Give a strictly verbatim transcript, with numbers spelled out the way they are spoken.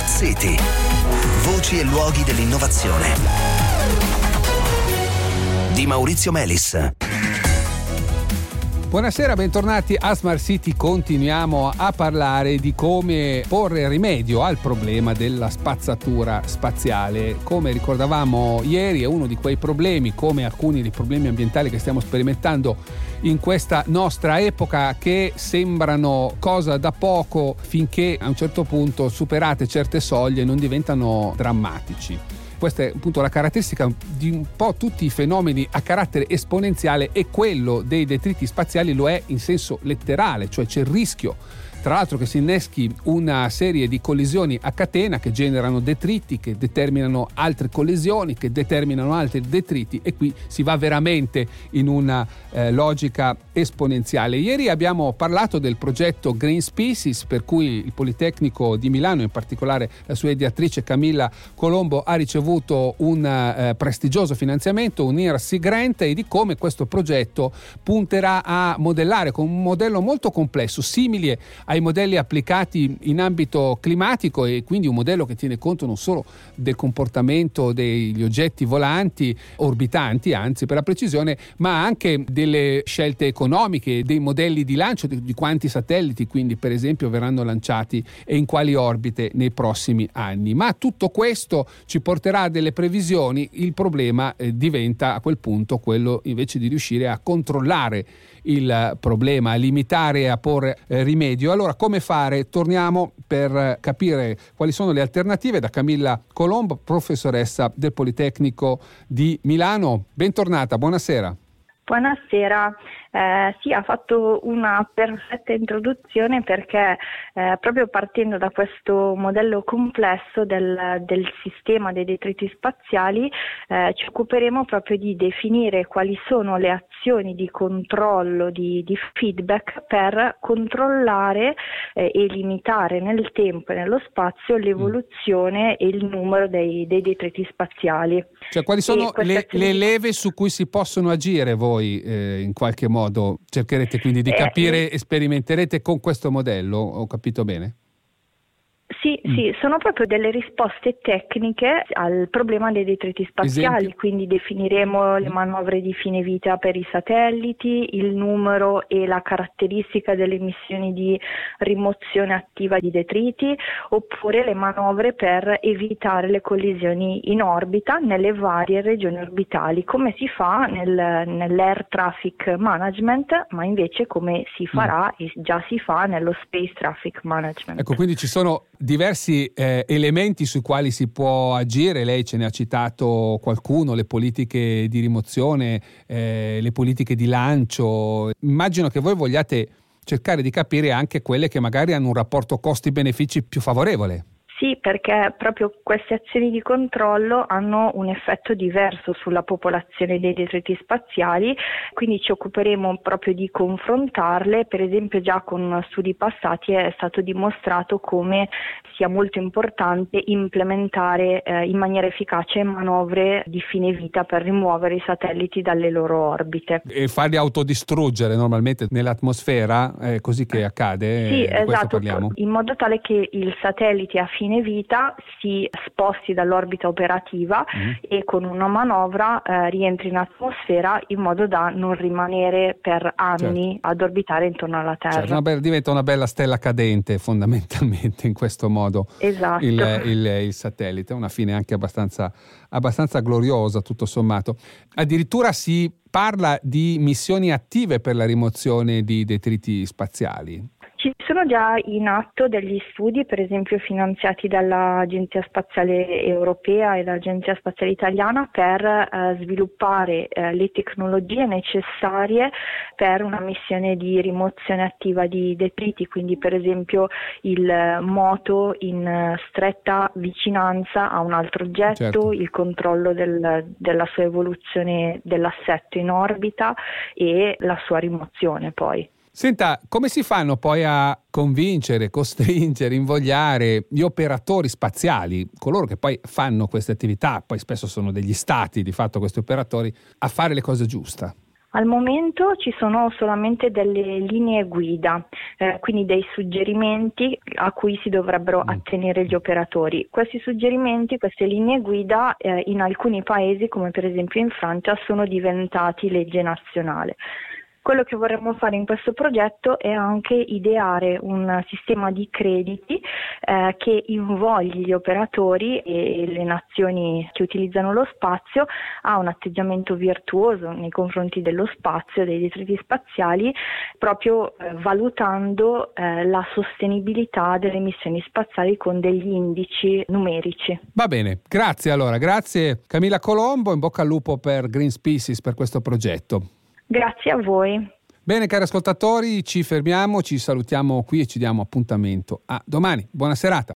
City. Voci e luoghi dell'innovazione. Di Maurizio Melis. Buonasera, bentornati a Smart City. Continuiamo a parlare di come porre rimedio al problema della spazzatura spaziale. Come ricordavamo ieri, è uno di quei problemi, come alcuni dei problemi ambientali che stiamo sperimentando in questa nostra epoca, che sembrano cosa da poco finché a un certo punto, superate certe soglie, non diventano drammatici. Questa è appunto la caratteristica di un po' tutti i fenomeni a carattere esponenziale, e quello dei detriti spaziali lo è in senso letterale, cioè c'è il rischio, tra l'altro, che si inneschi una serie di collisioni a catena che generano detriti, che determinano altre collisioni, che determinano altri detriti, e qui si va veramente in una eh, logica esponenziale. Ieri abbiamo parlato del progetto Green Species, per cui il Politecnico di Milano, in particolare la sua ideatrice Camilla Colombo, ha ricevuto un eh, prestigioso finanziamento, un I R S I Grant, e di come questo progetto punterà a modellare con un modello molto complesso, simile ai modelli applicati in ambito climatico, e quindi un modello che tiene conto non solo del comportamento degli oggetti volanti, orbitanti anzi per la precisione, ma anche delle scelte economiche, dei modelli di lancio, di, di quanti satelliti quindi per esempio verranno lanciati e in quali orbite nei prossimi anni. Ma tutto questo ci porterà a delle previsioni. Il problema eh, diventa a quel punto quello invece di riuscire a controllare il problema, a limitare e a porre eh, rimedio. Allora, come fare? Torniamo per capire quali sono le alternative da Camilla Colombo, professoressa del Politecnico di Milano. Bentornata, buonasera. Buonasera. Eh, sì, ha fatto una perfetta introduzione, perché eh, proprio partendo da questo modello complesso del, del sistema dei detriti spaziali eh, ci occuperemo proprio di definire quali sono le azioni di controllo, di, di feedback, per controllare eh, e limitare nel tempo e nello spazio l'evoluzione mm. e il numero dei, dei detriti spaziali. Cioè, quali sono le, azioni... le leve su cui si possono agire voi eh, in qualche modo? Cercherete quindi di capire eh, e sperimenterete con questo modello, ho capito bene? Sì, mm. sì, sono proprio delle risposte tecniche al problema dei detriti spaziali. Esempio? Quindi definiremo le manovre di fine vita per i satelliti, il numero e la caratteristica delle missioni di rimozione attiva di detriti, oppure le manovre per evitare le collisioni in orbita nelle varie regioni orbitali, come si fa nel, nell'Air Traffic Management, ma invece come si farà mm. e già si fa nello Space Traffic Management. Ecco, quindi ci sono diversi eh, elementi sui quali si può agire. Lei ce ne ha citato qualcuno: le politiche di rimozione, eh, le politiche di lancio. Immagino che voi vogliate cercare di capire anche quelle che magari hanno un rapporto costi-benefici più favorevole. Sì, perché proprio queste azioni di controllo hanno un effetto diverso sulla popolazione dei detriti spaziali, quindi ci occuperemo proprio di confrontarle. Per esempio, già con studi passati è stato dimostrato come sia molto importante implementare eh, in maniera efficace manovre di fine vita per rimuovere i satelliti dalle loro orbite. E farli autodistruggere normalmente nell'atmosfera, è così che accade? Sì, di esatto, parliamo? In modo tale che il satellite a fine vita si sposti dall'orbita operativa mm. e con una manovra eh, rientri in atmosfera, in modo da non rimanere per anni certo. ad orbitare intorno alla Terra. Certo, una be- diventa una bella stella cadente fondamentalmente in questo modo. Esatto. il, il, il satellite, una fine anche abbastanza, abbastanza gloriosa tutto sommato. Addirittura si parla di missioni attive per la rimozione di detriti spaziali. Ci sono già in atto degli studi, per esempio finanziati dall'Agenzia Spaziale Europea e dall'Agenzia Spaziale Italiana, per eh, sviluppare eh, le tecnologie necessarie per una missione di rimozione attiva di detriti, quindi per esempio il moto in stretta vicinanza a un altro oggetto, certo. il controllo del, della sua evoluzione dell'assetto in orbita e la sua rimozione poi. Senta, come si fanno poi a convincere, costringere, invogliare gli operatori spaziali, coloro che poi fanno queste attività, poi spesso sono degli stati di fatto questi operatori, a fare le cose giuste? Al momento ci sono solamente delle linee guida, eh, quindi dei suggerimenti a cui si dovrebbero attenere gli operatori. Questi suggerimenti, queste linee guida eh, in alcuni paesi, come per esempio in Francia, sono diventati legge nazionale. Quello che vorremmo fare in questo progetto è anche ideare un sistema di crediti eh, che invogli gli operatori e le nazioni che utilizzano lo spazio a un atteggiamento virtuoso nei confronti dello spazio, dei detriti spaziali, proprio eh, valutando eh, la sostenibilità delle missioni spaziali con degli indici numerici. Va bene, grazie allora, grazie Camilla Colombo, in bocca al lupo per Green Species, per questo progetto. Grazie a voi. Bene, cari ascoltatori, ci fermiamo, ci salutiamo qui e ci diamo appuntamento a domani. Buona serata.